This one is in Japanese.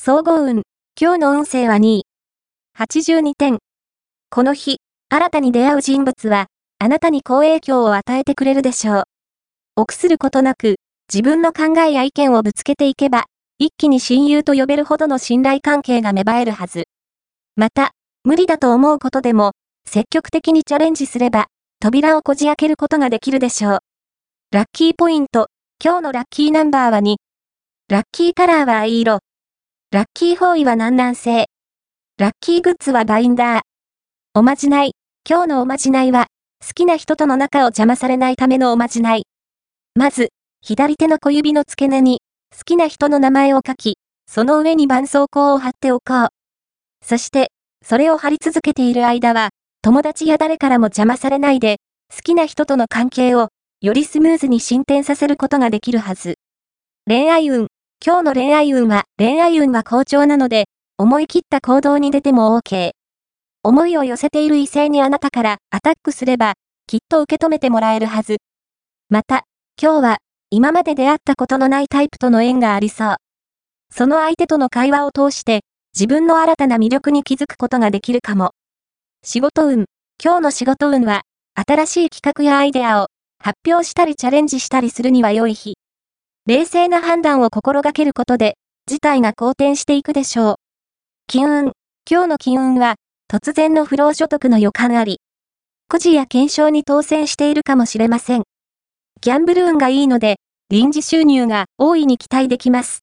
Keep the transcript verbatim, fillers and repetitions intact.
総合運。今日の運勢はにい。はちじゅうにてん。この日、新たに出会う人物は、あなたに好影響を与えてくれるでしょう。臆することなく、自分の考えや意見をぶつけていけば、一気に親友と呼べるほどの信頼関係が芽生えるはず。また、無理だと思うことでも、積極的にチャレンジすれば、扉をこじ開けることができるでしょう。ラッキーポイント。今日のラッキーナンバーはに。ラッキーカラーは藍色。ラッキー方位は南南西。ラッキーグッズはバインダー。おまじない。今日のおまじないは、好きな人との仲を邪魔されないためのおまじない。まず、左手の小指の付け根に、好きな人の名前を書き、その上に絆創膏を貼っておこう。そして、それを貼り続けている間は、友達や誰からも邪魔されないで、好きな人との関係を、よりスムーズに進展させることができるはず。恋愛運。今日の恋愛運は、恋愛運は好調なので、思い切った行動に出ても OK。思いを寄せている異性にあなたからアタックすれば、きっと受け止めてもらえるはず。また、今日は、今まで出会ったことのないタイプとの縁がありそう。その相手との会話を通して、自分の新たな魅力に気づくことができるかも。仕事運。今日の仕事運は、新しい企画やアイデアを発表したりチャレンジしたりするには良い日。冷静な判断を心がけることで、事態が好転していくでしょう。金運。今日の金運は、突然の不労所得の予感あり。くじや懸賞に当選しているかもしれません。ギャンブル運がいいので、臨時収入が大いに期待できます。